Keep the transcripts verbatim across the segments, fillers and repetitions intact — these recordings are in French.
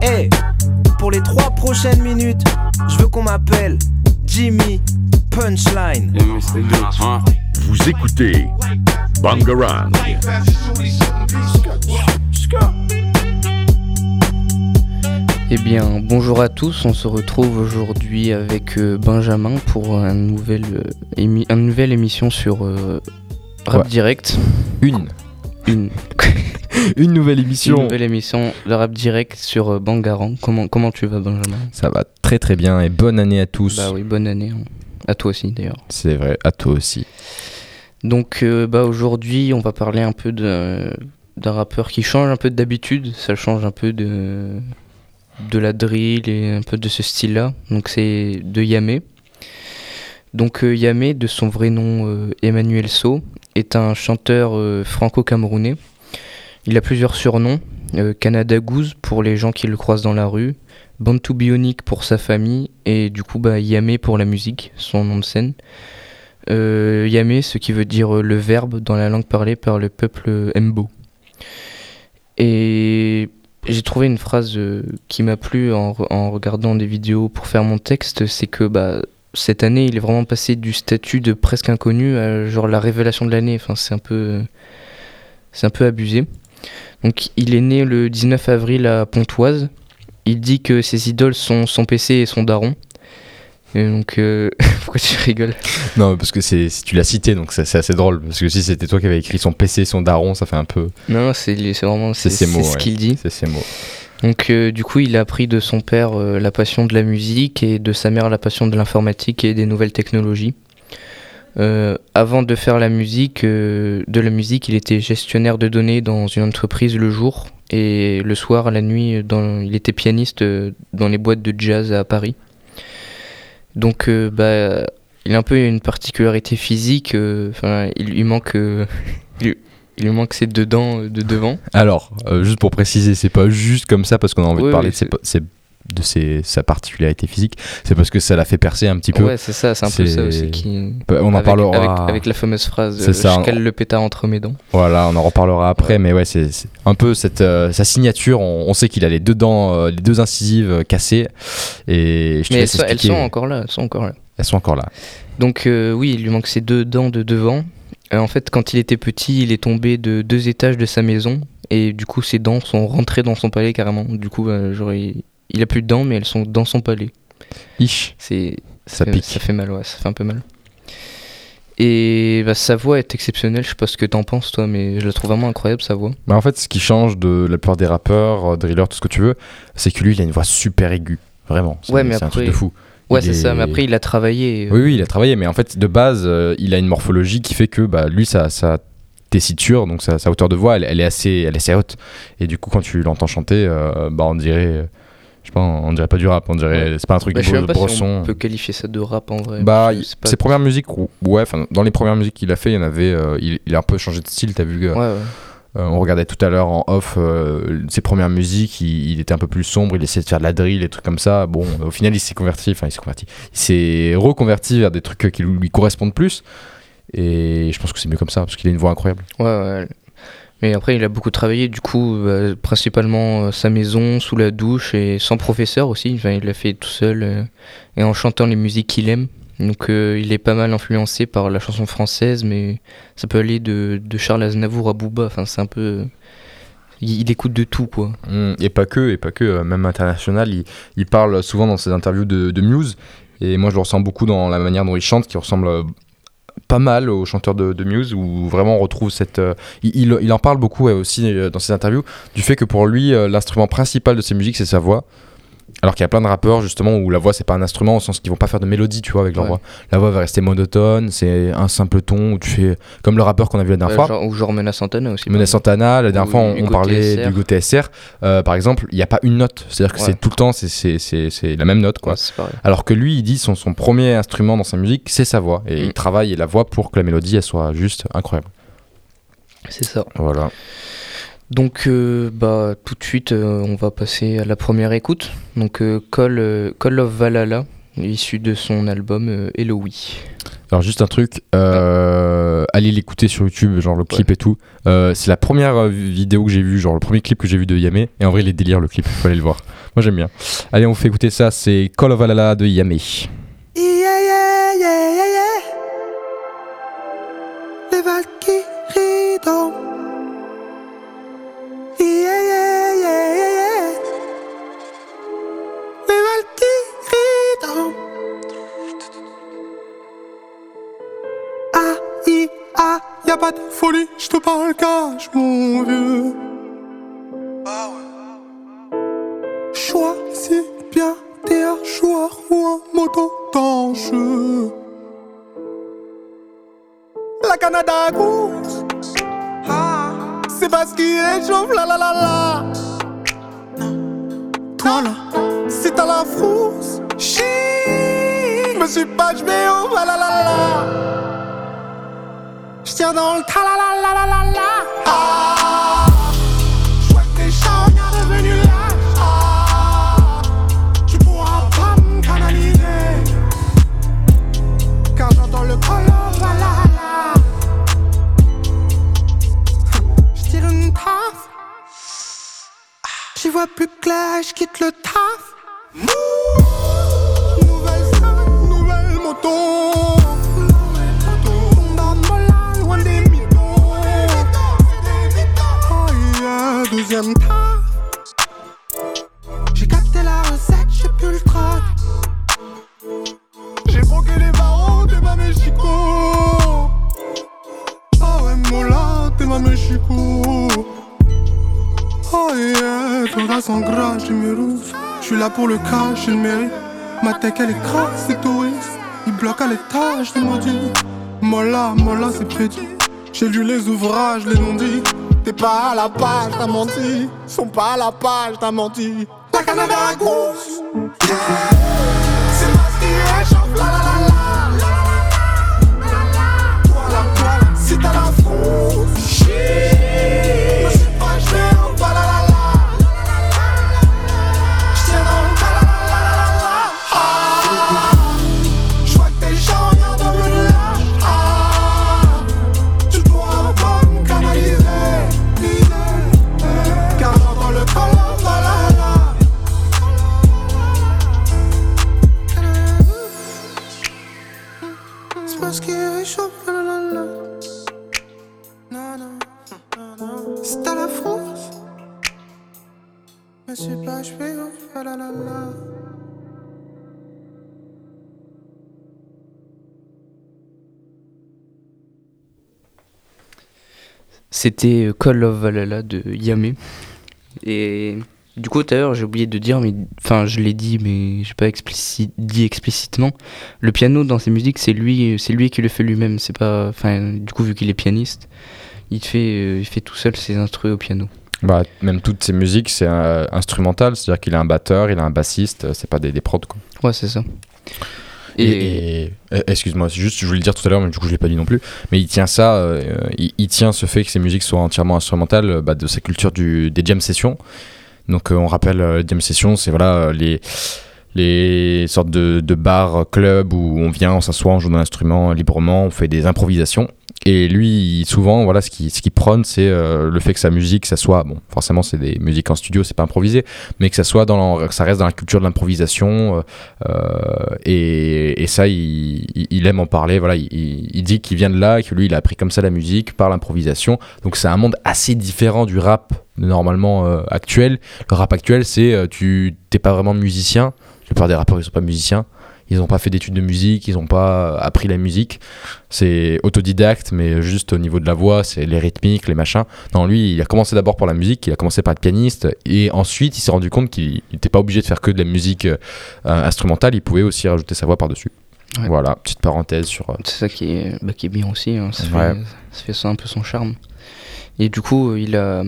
Hey, pour les trois prochaines minutes, je veux qu'on m'appelle Jimmy Punchline. Vous écoutez Bangarang. Eh bien, bonjour à tous, on se retrouve aujourd'hui avec euh, Benjamin pour un nouvel, euh, émi- une nouvelle émission sur euh, Rap Ouais. Direct. Une. Une, Une nouvelle émission. une nouvelle émission de Rap Direct sur euh, Bangarang. Comment, comment tu vas, Benjamin ? Ça va très très bien et bonne année à tous. Bah oui, bonne année. hein. À toi aussi d'ailleurs. C'est vrai, à toi aussi. Donc euh, bah aujourd'hui, on va parler un peu de, d'un rappeur qui change un peu d'habitude. Ça change un peu de, de la drill et un peu de ce style-là. Donc c'est de Yamé. Donc euh, Yamé, de son vrai nom euh, Emmanuel So, est un chanteur euh, franco-camerounais. Il a plusieurs surnoms. Euh, Canada Goose pour les gens qui le croisent dans la rue. Bantu Bionic pour sa famille. Et du coup, bah, Yamé pour la musique, son nom de scène. Euh, Yamé, ce qui veut dire euh, le verbe dans la langue parlée par le peuple Mbo. Et j'ai trouvé une phrase euh, qui m'a plu en, re- en regardant des vidéos pour faire mon texte, c'est que bah, cette année, il est vraiment passé du statut de presque inconnu à genre la révélation de l'année. Enfin, c'est un peu, euh, c'est un peu abusé. Donc, il est né le dix-neuf avril à Pontoise. Il dit que ses idoles sont son P C et son daron. Et donc, euh, pourquoi tu rigoles ? Non, parce que c'est, si tu l'as cité, donc c'est, c'est assez drôle. Parce que si c'était toi qui avais écrit son P C, son daron, ça fait un peu. Non, c'est, c'est vraiment C'est c'est, ses mots, c'est ce ouais. qu'il dit. C'est ses mots. Donc euh, du coup, il a appris de son père euh, la passion de la musique et de sa mère la passion de l'informatique et des nouvelles technologies. Euh, avant de faire la musique, euh, de la musique, il était gestionnaire de données dans une entreprise le jour et le soir, la nuit, dans, il était pianiste euh, dans les boîtes de jazz à Paris. Donc, euh, bah, il a un peu une particularité physique. euh, Enfin, il lui manque, euh, il, il lui manque ses deux dents euh, de devant. Alors, euh, juste pour préciser, c'est pas juste comme ça parce qu'on a envie Oui, de parler oui, de, ses, c'est- po- ses- de ses- sa particularité physique. C'est parce que ça l'a fait percer un petit peu. Ouais, c'est ça, c'est un peu C'est- ça aussi qui. Bah, on en avec, parlera. avec, avec la fameuse phrase C'est euh, ça. je cale le pétard entre mes dents. Voilà, on en reparlera après, Ouais. mais ouais, c'est, c'est un peu cette, euh, sa signature. On, on sait qu'il a les deux dents, euh, les deux incisives euh, cassées. Et je te Mais elles, laisse sont- elles expliquer. sont encore là, elles sont encore là. Elles sont encore là. Donc euh, oui, il lui manque ses deux dents de devant. Euh, en fait, quand il était petit, il est tombé de deux étages de sa maison et du coup, ses dents sont rentrées dans son palais carrément. Du coup, euh, genre, il, il a plus de dents, mais elles sont dans son palais. Ich. C'est Ça fait, pique. ça fait mal, ouais, ça fait un peu mal. Et bah, sa voix est exceptionnelle. Je sais pas ce que t'en penses toi, mais je la trouve vraiment incroyable sa voix. Mais en fait, ce qui change de la plupart des rappeurs, euh, drillers, tout ce que tu veux, c'est que lui, il a une voix super aiguë. Vraiment. C'est, Ouais, mais c'est un truc après- de fou. Ouais, Il c'est est- ça. Mais après, il a travaillé. euh, Oui, oui, il a travaillé, mais en fait, de base, euh, il a une morphologie qui fait que bah, lui, sa, sa tessiture, donc sa, sa hauteur de voix, elle, elle est assez, elle est assez haute. Et du coup, quand tu l'entends chanter, euh, bah, on dirait, euh, je sais pas, on dirait pas du rap, on dirait, Ouais. c'est pas un truc Bah, de je sais bro- même pas si bresson. on peut qualifier ça de rap en vrai. Bah, parce que il- c'est pas- ses premières musiques, ou- ouais, enfin, dans les premières musiques qu'il a fait, il y en avait, euh, il, il a un peu changé de style, t'as vu, euh, Ouais, ouais. euh, on regardait tout à l'heure en off euh, ses premières musiques, il, il était un peu plus sombre, il essayait de faire de la drill, des trucs comme ça. Bon, au final, il s'est converti, enfin, il s'est converti, il s'est reconverti vers des trucs qui lui correspondent plus. Et je pense que c'est mieux comme ça, parce qu'il a une voix incroyable. Ouais, ouais. Mais après, il a beaucoup travaillé, du coup, euh, principalement euh, sa maison, sous la douche et sans professeur aussi. Enfin, il l'a fait tout seul euh, et en chantant les musiques qu'il aime. Donc, euh, il est pas mal influencé par la chanson française, mais ça peut aller de, de Charles Aznavour à Booba. Enfin, c'est un peu. euh, il, il écoute de tout, quoi. Mm, et pas que, et pas que, euh, même international, il, il parle souvent dans ses interviews de, de Muse. Et moi, je le ressens beaucoup dans la manière dont il chante, qui ressemble euh, pas mal au chanteur de, de Muse, où vraiment on retrouve cette... euh, il, il, il en parle beaucoup ouais, aussi euh, dans ses interviews, du fait que pour lui, euh, l'instrument principal de ses musiques, c'est sa voix. Alors qu'il y a plein de rappeurs justement où la voix c'est pas un instrument au sens qu'ils vont pas faire de mélodie tu vois avec leur Ouais. voix. La voix va rester monotone, c'est un simple ton où tu fais comme le rappeur qu'on a vu la dernière Ouais, fois. genre, ou genre Mena Santana aussi. Mena par exemple. Santana, la dernière Ou fois on, Hugo on parlait T S R. d'Hugo T S R. Euh, par exemple, il n'y a pas une note, c'est-à-dire que Ouais. c'est tout le temps c'est, c'est, c'est, c'est la même note quoi. Ouais, c'est pareil. Alors que lui il dit son, son premier instrument dans sa musique c'est sa voix et Mm. il travaille la voix pour que la mélodie elle soit juste incroyable. C'est ça. Voilà. Donc, euh, bah, tout de suite, euh, on va passer à la première écoute. Donc, euh, Call, euh, Call of Valhalla, issu de son album euh, Eloï. Alors juste un truc, euh, allez l'écouter sur YouTube, genre le clip ouais. et tout. Euh, c'est la première vidéo que j'ai vue, genre le premier clip que j'ai vu de Yamé. Et en vrai, il est délire le clip, il faut aller le voir. Moi j'aime bien. Allez, on vous fait écouter ça, c'est Call of Valhalla de Yamé. Yeah, yeah, yeah, yeah, yeah. Les Valkyries dorment. Yeah, yeah, yeah, yeah, yeah. Les Valkyries dorment. Ah, i, ah, y'a pas de folie, j'te parle cash, mon vieux. Ah ouais. Choisis bien, t'es un joueur ou un moto tanche. La Canada Goose, ah, c'est parce qu'il réchauffe, la la la la. Toi là, si t'as la frousse, chi, me suis pas, j'vais au la la la la. J'tire dans le ta la la la la la la. Ah, j'vois que t'es chagnard devenu lâche. Ah, tu pourras pas me canaliser, car j'entends le color, voilà là. J'tire une taf, j'y vois plus clair, j'quitte le taf. Nouvelle scène, nouvelle moto. Deuxième tas, j'ai capté la recette, j'ai plus le trac. J'ai broqué les barreaux de ma Mexico. Ah ouais, Mola, t'es ma Mexico. Oh yeah, ton gars sans gras, j'ai mes rouges. J'suis là pour le cash, j'ai le mérite. Ma tech elle est crasse, c'est touriste. Il bloque à l'étage, c'est maudit. Mola, Mola, c'est prédit. J'ai lu les ouvrages, les non-dits. T'es pas à la page, t'as menti. Sont pas à la page, t'as menti. La Canada Goose, yeah. C'est parce qu'il réchauffe, la la la la. Toi là, toi là, si t'as la frousse, shit. Me suis pas, j'vais au pas la la la. J'tiens dans le ta la la la la la. Ah, j'vois que t'es chagnard devenu lâche. Ah, tu pourras pas me canaliser. C'est parce qu'il réchauffe, la la la. Non, non, non, non. Si t'as la force, mais c'est pas, j'fais la la la la. C'était Call of Valhalla de Yamé. Et du coup, tout à l'heure, j'ai oublié de dire, mais enfin, je l'ai dit, mais j'ai pas explicite, dit explicitement. Le piano dans ses musiques, c'est lui, c'est lui qui le fait lui-même. C'est pas, enfin, du coup, vu qu'il est pianiste, il fait, euh, il fait tout seul ses instrus au piano. Bah, même toutes ses musiques, c'est euh, instrumental, c'est-à-dire qu'il a un batteur, il a un bassiste, c'est pas des, des prods, quoi. Ouais, c'est ça. Et, et, et excuse-moi, c'est juste, je voulais le dire tout à l'heure, mais du coup je l'ai pas dit non plus. Mais il tient ça, euh, il, il tient ce fait que ses musiques soient entièrement instrumentales, bah, de sa culture du, des jam sessions. Donc euh, on rappelle, euh, jam sessions, c'est voilà les les sortes de, de bars, clubs où on vient, on s'assoit, on joue d'un instrument librement, on fait des improvisations. Et lui, souvent, voilà, ce qu'il ce qui prône, c'est euh, le fait que sa musique, ça soit, bon, forcément, c'est des musiques en studio, c'est pas improvisé, mais que ça soit dans, la, que ça reste dans la culture de l'improvisation. Euh, et, et ça, il, il aime en parler. Voilà, il, il dit qu'il vient de là, et que lui, il a appris comme ça la musique par l'improvisation. Donc, c'est un monde assez différent du rap normalement euh, actuel. Le rap actuel, c'est euh, tu t'es pas vraiment musicien. La plupart des rappeurs, ils sont pas musiciens. Ils n'ont pas fait d'études de musique, ils n'ont pas appris la musique. C'est autodidacte, mais juste au niveau de la voix, c'est les rythmiques, les machins. Non, lui, il a commencé d'abord pour la musique, il a commencé par être pianiste, et ensuite, il s'est rendu compte qu'il n'était pas obligé de faire que de la musique euh, instrumentale, il pouvait aussi rajouter sa voix par-dessus. Ouais. Voilà, petite parenthèse sur... Euh... C'est ça qui est, bah, qui est bien aussi, hein. ça, ouais. fait, ça fait ça un peu son charme. Et du coup, il a...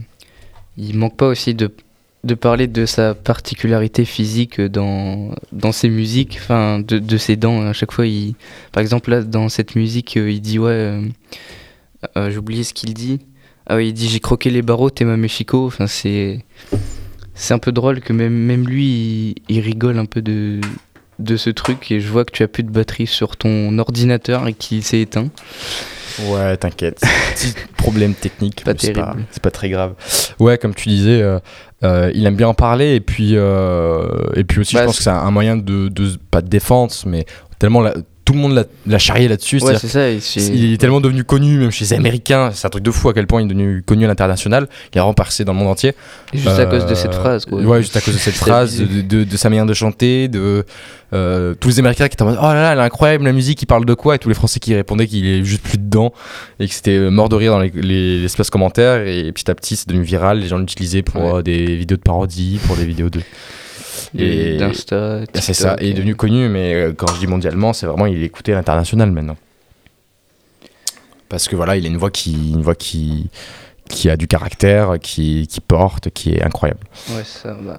Il manque pas aussi de... de parler de sa particularité physique dans, dans ses musiques, enfin de, de ses dents. À chaque fois, il, par exemple, là, dans cette musique, il dit ouais, euh, euh, j'ai oublié ce qu'il dit. Ah ouais, il dit j'ai croqué les barreaux, t'es ma Mexico. Enfin, c'est, c'est un peu drôle que même, même lui, il, il rigole un peu de, de ce truc et je vois que tu as plus de batterie sur ton ordinateur et qu'il s'est éteint. Ouais, t'inquiète. Petit problème technique. Pas mais c'est terrible. pas, c'est pas très grave. Ouais, comme tu disais, euh, euh, il aime bien en parler et puis, euh, et puis aussi, Bah, je pense c'est- que c'est un moyen de, de pas de défense, mais tellement la- tout le monde l'a, l'a charrié là-dessus. Ouais, c'est-à-dire c'est ça. et c'est- Il est tellement devenu connu, même chez les Américains. C'est un truc de fou à quel point il est devenu connu à l'international. Il a vraiment percé dans le monde entier. Juste à cause de cette Euh, phrase, quoi. Ouais, juste à cause de cette C'est phrase, abusé. de, de- de sa manière de chanter, de euh, tous les Américains qui étaient en mode oh là là, elle est incroyable la musique, il parle de quoi, et tous les Français qui répondaient qu'il est juste plus dedans et que c'était mort de rire dans les, les, les espaces commentaires. Et petit à petit, c'est devenu viral. Les gens l'utilisaient pour Ouais. euh, des vidéos de parodie, pour des vidéos de. Et Et d'Insta, Ah, c'est ça, TikTok, il est devenu connu, mais euh, quand je dis mondialement, c'est vraiment il est écouté à l'international maintenant. Parce que voilà, il a une voix qui, une voix qui, qui a du caractère, qui, qui porte, qui est incroyable. Ouais, ça, bah.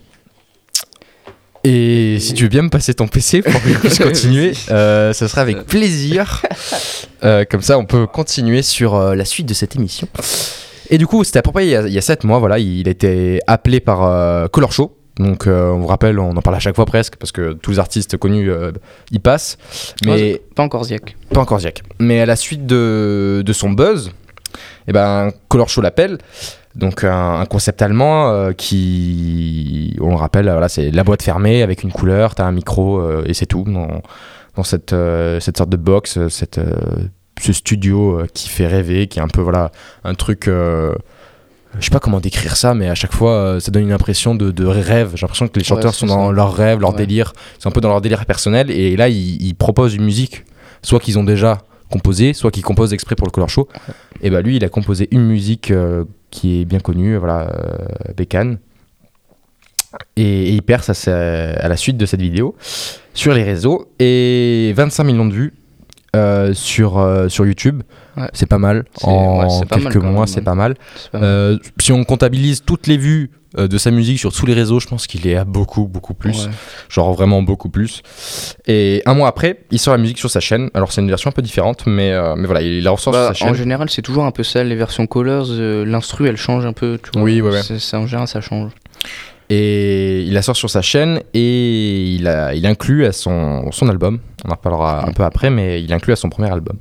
Et si tu veux bien me passer ton P C pour que je puisse continuer, euh, ce sera avec plaisir. Euh, comme ça, on peut continuer sur euh, la suite de cette émission. Et du coup, c'était à peu près il y a, il y a sept mois, voilà, il a été appelé par euh, Color Show. Donc, euh, on vous rappelle, on en parle à chaque fois presque, parce que tous les artistes connus euh, y passent. Mais Ouais, pas encore Ziak. pas encore Ziak. Mais à la suite de, de son buzz, eh ben, Color Show l'appelle. Donc un, un concept allemand euh, qui, on le rappelle, voilà, c'est la boîte fermée avec une couleur, t'as un micro euh, et c'est tout dans, dans cette, euh, cette sorte de box, cette, euh, ce studio euh, qui fait rêver, qui est un peu voilà, un truc... Euh, je sais pas comment décrire ça, mais à chaque fois, euh, ça donne une impression de, de rêve. J'ai l'impression que les chanteurs Ouais, sont c'est dans ça. leur rêve, leur Ouais. délire. Ils sont un peu dans leur délire personnel. Et là, ils, ils proposent une musique, soit qu'ils ont déjà composé, soit qu'ils composent exprès pour le Color Show. Et bah lui, il a composé une musique euh, qui est bien connue, voilà, euh, Bécane. Et, et il perce à, sa- à la suite de cette vidéo sur les réseaux. Et vingt-cinq millions de vues euh, sur, euh, sur YouTube. Ouais. C'est pas mal. C'est- En ouais, c'est pas mal quelques quand mois, même, c'est hein. pas mal. C'est pas mal. Euh, si on comptabilise toutes les vues euh, de sa musique sur tous les réseaux, je pense qu'il est à beaucoup, beaucoup plus. Ouais. Genre vraiment beaucoup plus. Et un mois après, il sort la musique sur sa chaîne. Alors c'est une version un peu différente, mais, euh, mais voilà, il la ressort Bah, sur sa en chaîne. général, c'est toujours un peu ça, les versions Colors, euh, l'instru elle change un peu, tu vois. Oui, ouais, ouais. C'est, c'est- en général, ça change. Et il la sort sur sa chaîne et il, a, il inclut à son, son album. On en reparlera un peu après, mais il inclut à son premier album.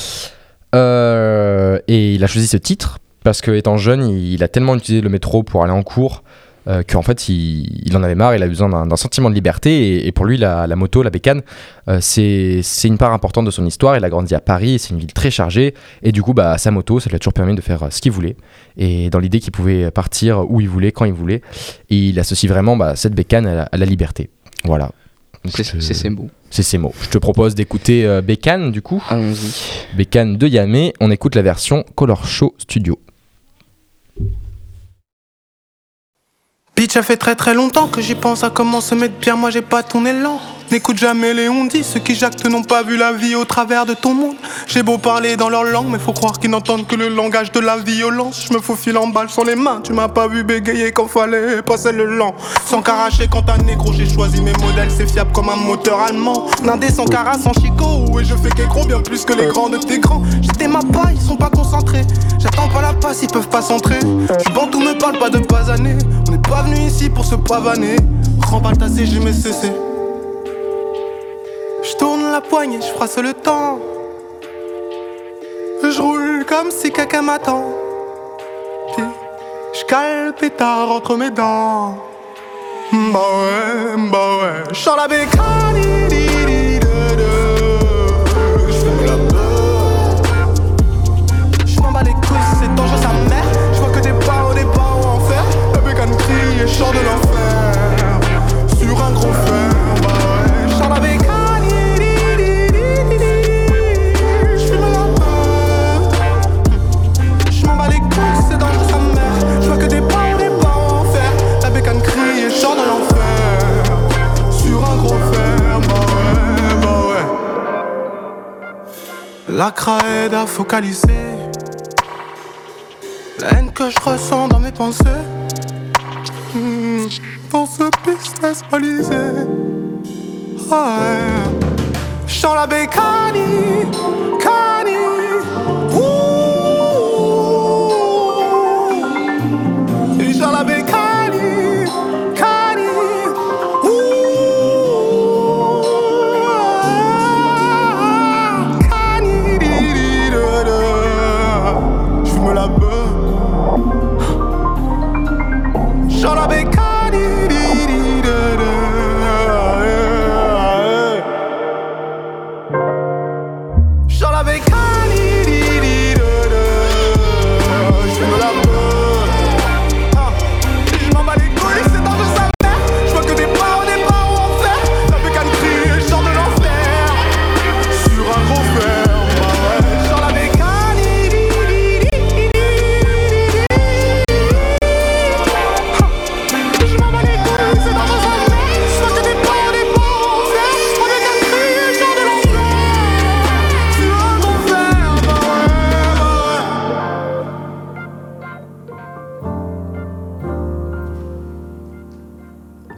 Euh, et il a choisi ce titre parce que étant jeune, il, il a tellement utilisé le métro pour aller en cours euh, qu'en fait, il, il en avait marre. Il a besoin d'un, d'un sentiment de liberté. Et, et pour lui, la, la moto, la bécane, euh, c'est, c'est une part importante de son histoire. Il a grandi à Paris, c'est une ville très chargée. Et du coup, bah, sa moto, ça lui a toujours permis de faire euh, ce qu'il voulait. Et dans l'idée qu'il pouvait partir où il voulait, quand il voulait. Et il associe vraiment bah, cette bécane à la, à la liberté. Voilà. Donc, C'est, je te- c'est ces mots. c'est ces mots. Je te propose d'écouter euh, Bécane, du coup. Allons-y. Bécane de Yamé. On écoute la version Color Show Studio. Bitch, ça fait très très longtemps que j'y pense à comment se mettre bien, moi j'ai pas ton élan. N'écoute jamais les on-dit, ceux qui jactent n'ont pas vu la vie au travers de ton monde. J'ai beau parler dans leur langue, mais faut croire qu'ils n'entendent que le langage de la violence. Je me faufile en balle sur les mains, tu m'as pas vu bégayer quand fallait passer le lent. Sans caracher quand un négro, j'ai choisi mes modèles, c'est fiable comme un moteur allemand. Nindé sans cara, sans chico, et je fais qu'écro bien plus que les grands de tes grands. J'étais ma paille, ils sont pas concentrés. J'attends pas la passe, ils peuvent pas s'entrer. Je bantou me parle pas de basaner. On n'est pas venu ici pour se pavaner. Remballe ta C G, mais C C. Je tourne la poignée, je froisse le temps. Je roule comme si quelqu'un m'attend. Puis je cale le pétard entre mes dents. Bah ouais, bah ouais. Je sors la bécane, di, di, di, de, de. Je fume la peur. Je m'en bats les couilles, c'est dangereux sa mère. Je vois que des barreaux, des barreaux en fer. La bécane crie et chante de l'enfer. Sur un gros fer, bah ouais. Je sors la bécane. La craie à focaliser la haine que je ressens dans mes pensées, mmh, dans ce business balisé. Ah ouais. J'sens la bécanie, cani. Ouh. J'sens la bécanie, cani. Ouh.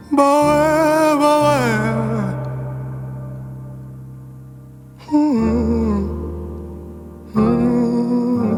Bah ouais, bah ouais. Mmh. Mmh.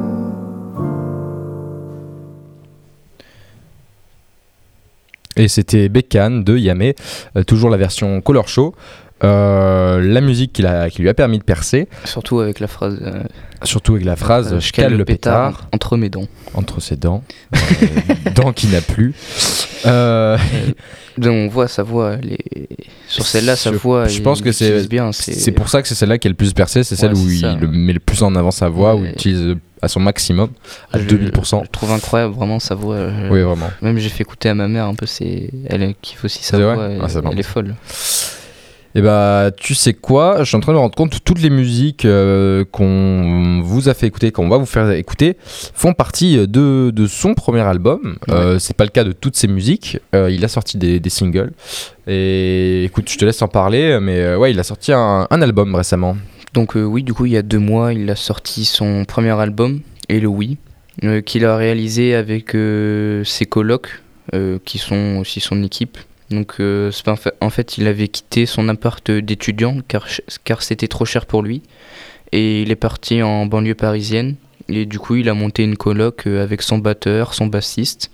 Et c'était Bécane de Yamé, euh, toujours la version Color Show. Euh, la musique qui, l'a, qui lui a permis de percer. Surtout avec la phrase. Euh, Surtout avec la phrase euh, je cale le pétard, pétard entre mes dents. Entre ses dents. Euh, dents qui n'a plus. Euh... Donc on voit sa voix. Les... Sur celle-là, sa je, voix. Je pense que c'est, bien, c'est... c'est pour ça que c'est celle-là qui est le plus percée. C'est celle ouais, où c'est il le met le plus en avant sa voix, ouais. Où il utilise à son maximum, à je, deux mille pour cent. Je trouve incroyable vraiment sa voix. Je... Oui, vraiment. Même j'ai fait écouter à ma mère un peu. C'est... Elle kiffe aussi sa c'est voix. Ouais. Et, ah, elle est folle. Et bah, tu sais quoi, je suis en train de me rendre compte que toutes les musiques euh, qu'on vous a fait écouter, qu'on va vous faire écouter, font partie de, de son premier album. Ouais. Euh, c'est pas le cas de toutes ces musiques. Euh, il a sorti des, des singles. Et écoute, je te laisse en parler, mais euh, ouais, il a sorti un, un album récemment. Donc euh, oui, du coup, il y a deux mois, il a sorti son premier album, Et le Oui, euh, qu'il a réalisé avec euh, ses colocs, euh, qui sont aussi son équipe. Donc euh, c'est pas, en fait il avait quitté son appart d'étudiant car, car c'était trop cher pour lui et il est parti en banlieue parisienne et du coup il a monté une coloc avec son batteur, son bassiste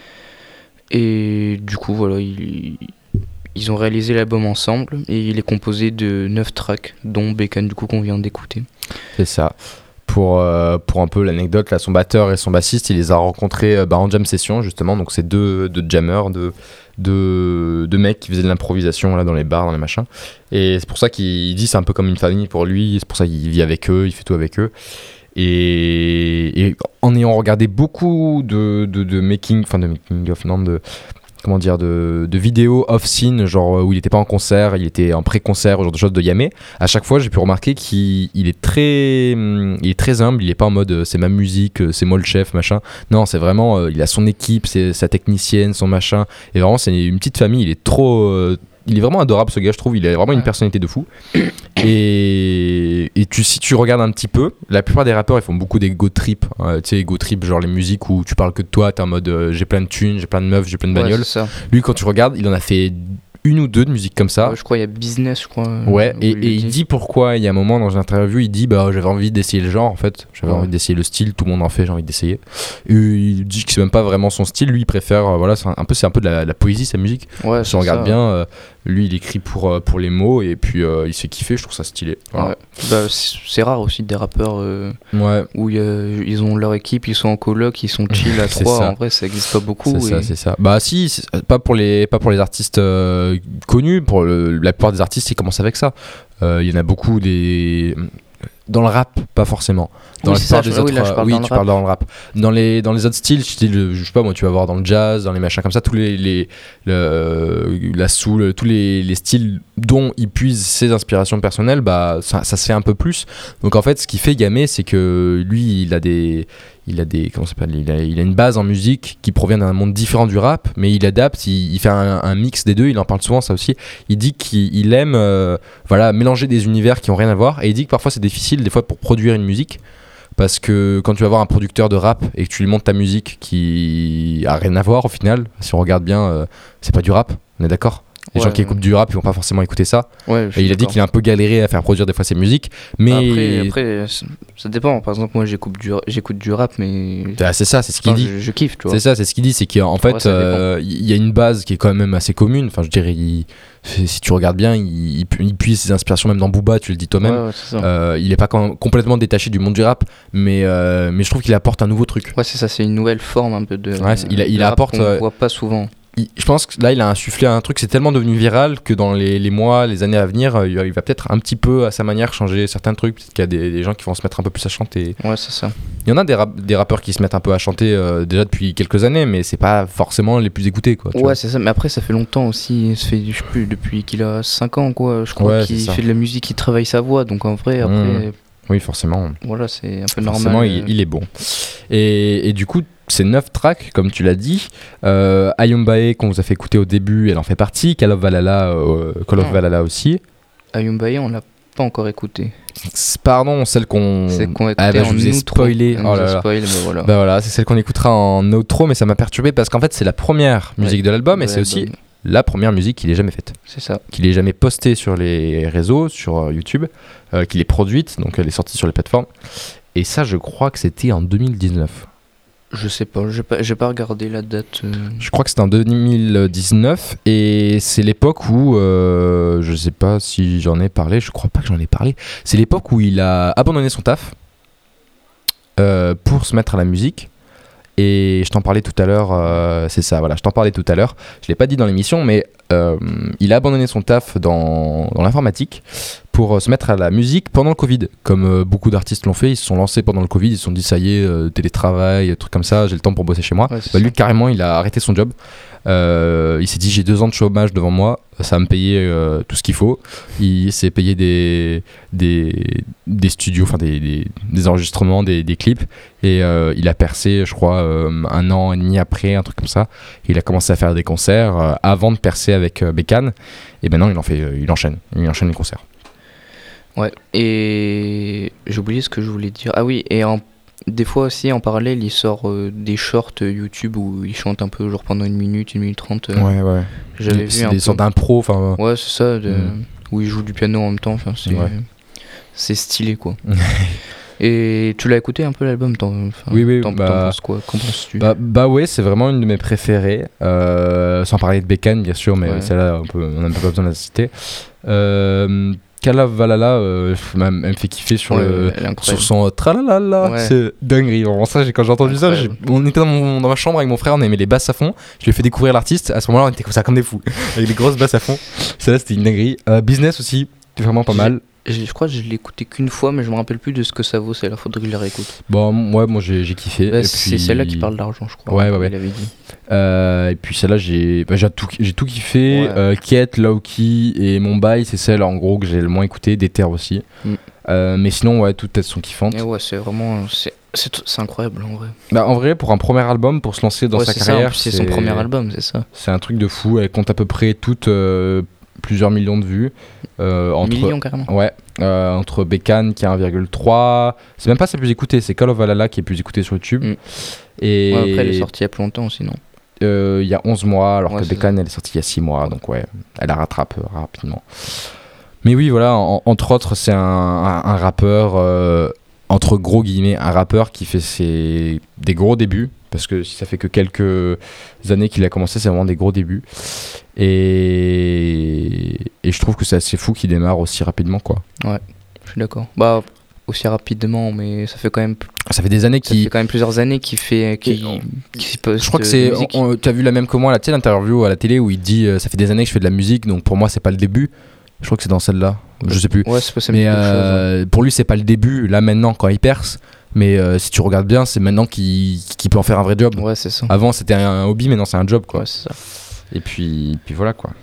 et du coup voilà il, ils ont réalisé l'album ensemble et il est composé de neuf tracks dont Bécane du coup qu'on vient d'écouter. C'est ça. Pour, euh, pour un peu l'anecdote, là, son batteur et son bassiste, il les a rencontrés euh, bah, en jam session justement, donc c'est deux, deux jammers, deux, deux, deux mecs qui faisaient de l'improvisation là, dans les bars, dans les machins, et c'est pour ça qu'il dit c'est un peu comme une famille pour lui, c'est pour ça qu'il vit avec eux, il fait tout avec eux, et, et en ayant regardé beaucoup de, de, de making, enfin de making of, non, de... comment dire, de, de vidéos off-scene, genre où il n'était pas en concert, il était en pré-concert, ce genre de choses de Yamé. À chaque fois, j'ai pu remarquer qu'il il est, très, il est très humble, il n'est pas en mode c'est ma musique, c'est moi le chef, machin. Non, c'est vraiment, euh, il a son équipe, c'est sa technicienne, son machin. Et vraiment, c'est une petite famille, il est trop... Euh, il est vraiment adorable ce gars, je trouve, il a vraiment ouais. une personnalité de fou. Et, et tu, si tu regardes un petit peu, la plupart des rappeurs ils font beaucoup des go trip, euh, tu sais, go trip, genre les musiques où tu parles que de toi, t'es en mode euh, j'ai plein de thunes, j'ai plein de meufs, j'ai plein de bagnoles. Ouais, lui, quand tu regardes, il en a fait une ou deux de musique comme ça. Ouais, je crois il y a Business, je crois. Ouais, et, et il dit pourquoi, il y a un moment dans une interview, il dit bah j'avais envie d'essayer le genre en fait, j'avais ouais. envie d'essayer le style, tout le monde en fait, j'ai envie d'essayer. Et il dit que c'est même pas vraiment son style, lui il préfère, euh, voilà, c'est un, un peu, c'est un peu de la, la poésie sa musique. Ouais, si on regarde ça, bien, euh, lui il écrit pour, euh, pour les mots et puis euh, il se fait kiffer, je trouve ça stylé. Voilà. Ouais. Bah, c'est, c'est rare aussi des rappeurs euh, ouais. où y a, ils ont leur équipe, ils sont en coloc, ils sont chill à trois, ça. En vrai ça existe pas beaucoup. C'est et... ça, c'est ça. Bah si, c'est, pas, pour les, pas pour les artistes euh, connus, pour le, la plupart des artistes ils commencent avec ça. Il euh, y en a beaucoup des... Dans le rap, pas forcément. Dans oui, la plupart ça, des je... autres, oui, là, je parle oui, dans tu le parles dans le rap. Dans les dans les autres styles, style, je sais pas moi, tu vas voir dans le jazz, dans les machins comme ça, tous les les le, la soul, tous les, les styles dont il puise ses inspirations personnelles, bah ça, ça se fait un peu plus. Donc en fait, ce qui fait Yamé, c'est que lui, il a des il a des comment ça s'appelle il a, il a une base en musique qui provient d'un monde différent du rap, mais il adapte, il, il fait un, un mix des deux, il en parle souvent ça aussi. Il dit qu'il il aime euh, voilà mélanger des univers qui ont rien à voir, et il dit que parfois c'est difficile des fois pour produire une musique, parce que quand tu vas voir un producteur de rap et que tu lui montres ta musique qui a rien à voir au final, si on regarde bien, euh, c'est pas du rap, on est d'accord? Les ouais, gens qui écoutent du rap, ils vont pas forcément écouter ça. Ouais, et il a dit qu'il a un peu galéré à faire produire des fois ses musiques. Mais après, après ça dépend. Par exemple, moi j'écoute du, j'écoute du rap, mais. Ah, c'est ça, c'est ce qu'il enfin, dit. Je, je kiffe, tu vois. C'est ça, c'est ce qu'il dit. C'est qu'en fait, il euh, y a une base qui est quand même assez commune. Enfin, je dirais, il, si tu regardes bien, il, il, il puise ses inspirations même dans Booba, tu le dis toi-même. Ouais, ouais, c'est ça. Euh, il est pas quand, complètement détaché du monde du rap, mais, euh, mais je trouve qu'il apporte un nouveau truc. Ouais, c'est ça, c'est une nouvelle forme un peu de. Ouais, il, a, il apporte. On euh, voit pas souvent. Il, je pense que là il a insufflé un truc, c'est tellement devenu viral que dans les, les mois, les années à venir, euh, il va peut-être un petit peu à sa manière changer certains trucs. Peut-être qu'il y a des, des gens qui vont se mettre un peu plus à chanter. Ouais, c'est ça. Il y en a des, rap, des rappeurs qui se mettent un peu à chanter euh, déjà depuis quelques années, mais c'est pas forcément les plus écoutés, quoi. Ouais, vois. C'est ça, mais après ça fait longtemps aussi, ça fait, je sais plus, depuis qu'il a cinq ans, quoi. Je crois ouais, qu'il fait de la musique, il travaille sa voix, donc en vrai, après. Mmh. Oui, forcément. Voilà, c'est un peu normal. Forcément, il, il est bon. Et, et du coup, c'est neuf tracks, comme tu l'as dit. Euh, Ayumbae, qu'on vous a fait écouter au début, elle en fait partie. Call of Valhalla, euh, Call of Valhalla aussi. Ayumbae, on l'a pas encore écouté. Pardon, celle qu'on. Celle qu'on a ah, bah, je vous ai spoilé. Oh là là. Spoil, mais voilà. Bah voilà, c'est celle qu'on écoutera en outro, mais ça m'a perturbé parce qu'en fait, c'est la première musique ouais, de l'album et c'est aussi la première musique qu'il ait jamais faite. C'est ça. Qu'il ait jamais postée sur les réseaux, sur euh, YouTube, euh, qu'il ait produite, donc elle est sortie sur les plateformes. Et ça, je crois que c'était en deux mille dix-neuf. Je sais pas, j'ai pas, j'ai pas regardé la date. Euh... Je crois que c'était en deux mille dix-neuf et c'est l'époque où, euh, je sais pas si j'en ai parlé, je crois pas que j'en ai parlé, c'est l'époque où il a abandonné son taf euh, pour se mettre à la musique. Et je t'en parlais tout à l'heure, euh, c'est ça, voilà, je t'en parlais tout à l'heure, je l'ai pas dit dans l'émission, mais euh, il a abandonné son taf dans, dans l'informatique pour euh, se mettre à la musique pendant le Covid, comme euh, beaucoup d'artistes l'ont fait. Ils se sont lancés pendant le Covid, ils se sont dit ça y est, euh, télétravail, trucs comme ça, j'ai le temps pour bosser chez moi. Ouais, bah, lui carrément il a arrêté son job, euh, il s'est dit j'ai deux ans de chômage devant moi, ça va me payer euh, tout ce qu'il faut. Il s'est payé des, des, des studios, enfin des, des, des enregistrements, des, des clips, et euh, il a percé je crois euh, un an et demi après, un truc comme ça. Il a commencé à faire des concerts euh, avant de percer avec euh, Bécane, et maintenant il en fait, euh, il enchaîne, il enchaîne les concerts. Ouais, et j'ai oublié ce que je voulais dire. Ah oui, et en... des fois aussi en parallèle, il sort euh, des shorts YouTube où il chante un peu, genre pendant une minute, une minute trente. Euh, ouais, ouais. J'avais c'est vu un des peu. sortes d'impro, enfin. Ouais, c'est ça, de... Mm. où il joue du piano en même temps. Enfin, c'est, ouais. c'est stylé quoi. Et tu l'as écouté un peu l'album, t'en, oui, oui, t'en, bah, t'en penses quoi? Qu'en penses-tu? bah, bah ouais, c'est vraiment une de mes préférées. Euh, sans parler de Bécane, bien sûr, mais ouais. Celle-là, on peut, on n'a pas besoin de la citer. Euh, Kalavalala, euh, elle me fait kiffer sur, ouais, le, sur son tralalala. Ouais. C'est dinguerie. Vraiment, ça, quand j'ai entendu incroyable. ça, j'ai, on était dans, mon, dans ma chambre avec mon frère, on aimait les basses à fond. Je lui ai fait découvrir l'artiste. À ce moment-là, on était comme ça, comme des fous, avec des grosses basses à fond. Celle-là, c'était une dinguerie. Euh, Business aussi, c'est vraiment pas j'ai, mal. J'ai, je crois que je l'ai écouté qu'une fois, mais je me rappelle plus de ce que ça vaut. C'est là, faudrait que je la réécoute. Bon, ouais, moi j'ai, j'ai kiffé. Bah, et c'est puis... celle-là qui parle d'argent, je crois. Ouais, ouais, ouais. Il avait dit. Euh, et puis celle-là, j'ai, bah, j'ai, tout, j'ai tout kiffé. Ouais. Euh, Kiet, Loki et Mumbai, c'est celle en gros que j'ai le moins écouté. Déter aussi. Mm. Euh, mais sinon, ouais, toutes elles sont kiffantes. Et ouais, c'est vraiment. C'est, c'est, c'est incroyable en vrai. Bah, en vrai, pour un premier album, pour se lancer dans ouais, sa c'est carrière. Ça, c'est, c'est son premier album, c'est ça. C'est un truc de fou. Elle compte à peu près toutes. Euh, plusieurs millions de vues. Euh, entre, millions carrément. Ouais, euh, entre Bécane qui a un virgule trois, c'est même pas sa plus écoutée, c'est Call of Valhalla qui est plus écoutée sur YouTube. Mm. Et ouais, après elle est sortie il y a plus longtemps aussi, non? Il euh, y a onze mois, alors ouais, que Bécane elle est sortie il y a six mois, donc ouais, elle la rattrape euh, rapidement. Mais oui, voilà, en, entre autres, c'est un, un, un rappeur, euh, entre gros guillemets, un rappeur qui fait ses, des gros débuts. Parce que si ça fait que quelques années qu'il a commencé, c'est vraiment des gros débuts. Et, et je trouve que c'est assez fou qu'il démarre aussi rapidement, quoi. Ouais, je suis d'accord. Bah, aussi rapidement, mais ça fait quand même... Ça fait des années qu'il... Ça fait quand même plusieurs années qu'il fait... Qu'il, qu'il poste je crois que c'est... Tu as vu la même que moi, là, tu sais, l'interview à la télé où il dit euh, « Ça fait des années que je fais de la musique, donc pour moi, c'est pas le début ». Je crois que c'est dans celle-là. Je sais plus. Ouais, c'est possible. Mais euh, chose, ouais. Pour lui, c'est pas le début, là, maintenant, quand il perce. Mais euh, si tu regardes bien, c'est maintenant qu'il, qu'il peut en faire un vrai job. Ouais, c'est ça. Avant, c'était un, un hobby, maintenant, c'est un job, quoi. Ouais, c'est ça. Et puis, puis voilà, quoi.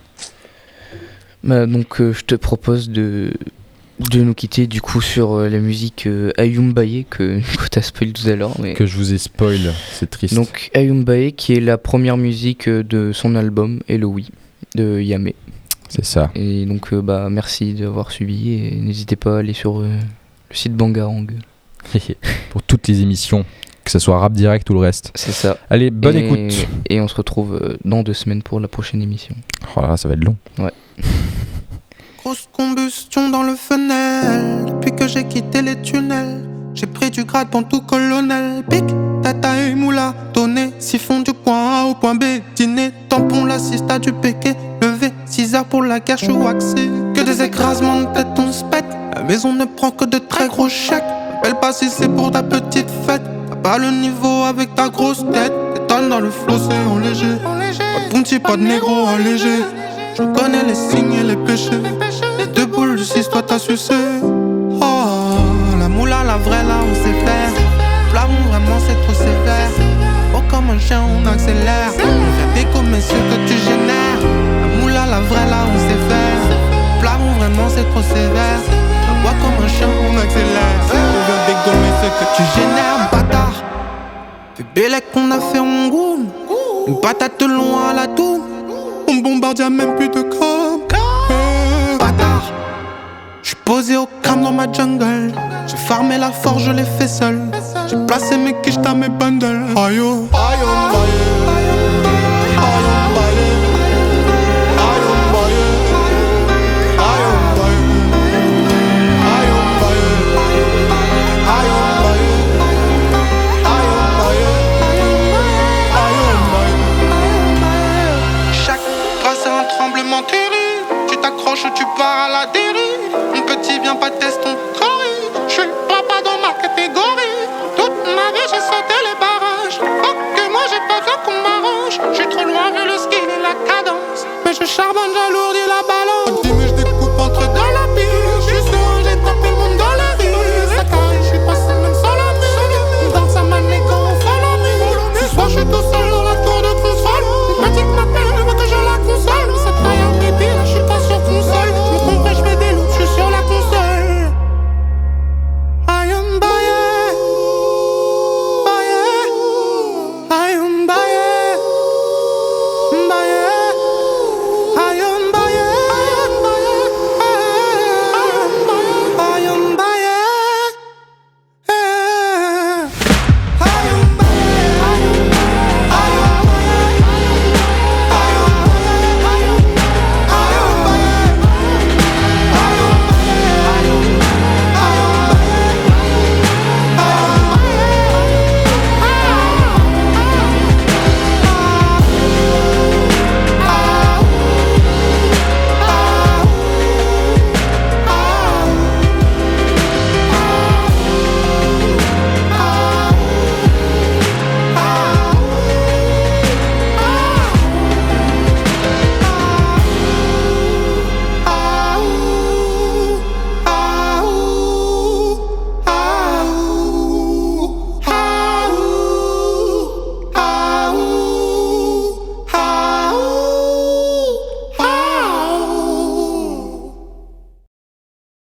Bah, donc, euh, je te propose de, de nous quitter, du coup, sur euh, la musique euh, Ayum Baye, que, que tu as spoilé tout à l'heure. Mais... Que je vous ai spoil, c'est triste. Donc, Ayum Baye, qui est la première musique de son album, Eloï, de Yamé. C'est ça. Et donc, euh, bah, merci d'avoir suivi, et n'hésitez pas à aller sur euh, le site Bangarang. Pour toutes les émissions, que ce soit Rap Direct ou le reste. C'est ça. Allez, bonne et, écoute. Et on se retrouve dans deux semaines pour la prochaine émission. Oh là, ça va être long. Ouais. Grosse combustion dans le funnel. Depuis que j'ai quitté les tunnels, j'ai pris du grade pour tout colonel. Pic, tata et moula, donné, siphon du point A au point B. Dîner, tampon, l'assist à du péqué. Levé, six heures pour la guerre, je suis waxé. Que des écrasements de tête, on se pète. La maison ne prend que de très gros chèques. M'appelle pas si c'est pour ta petite fête. T'as pas le niveau avec ta grosse tête. T'étonnes dans le flot, c'est en léger. Pas de bounty, pas de négro allégé. Je connais les signes et les péchés. Les deux boules du six, toi t'as sucé. Oh, la moula, la vraie, là on sait faire. Flamon, vraiment c'est trop sévère. Oh, comme un chien, on accélère. On fait décommer ce que tu génères. La moula, la vraie, là on sait faire. Flamon, vraiment c'est trop sévère. Bois comme un chien, on accélère. On veut dégommer ce que tu génères, bâtard. Fais bélec qu'on a fait en goût. Une patate loin à la toux. On bombarde, y'a même plus de com. euh, Bâtard. J'suis posé au calme dans ma jungle. J'ai farmé la forge, je l'ai fait seul. J'ai placé mes quiches dans mes bundles. Ayo, ayo, ayo, ayo, ayo. tremblement terrible. Tu t'accroches ou tu pars à la dérive. Mon petit, viens pas tester ton corps. Je suis pas dans ma catégorie. Toute ma vie j'ai sauté les barrages. Oh que moi j'ai pas besoin qu'on m'arrange. Je suis trop loin vu le ski et la cadence. Mais je charbonne, j'alourdis la barre.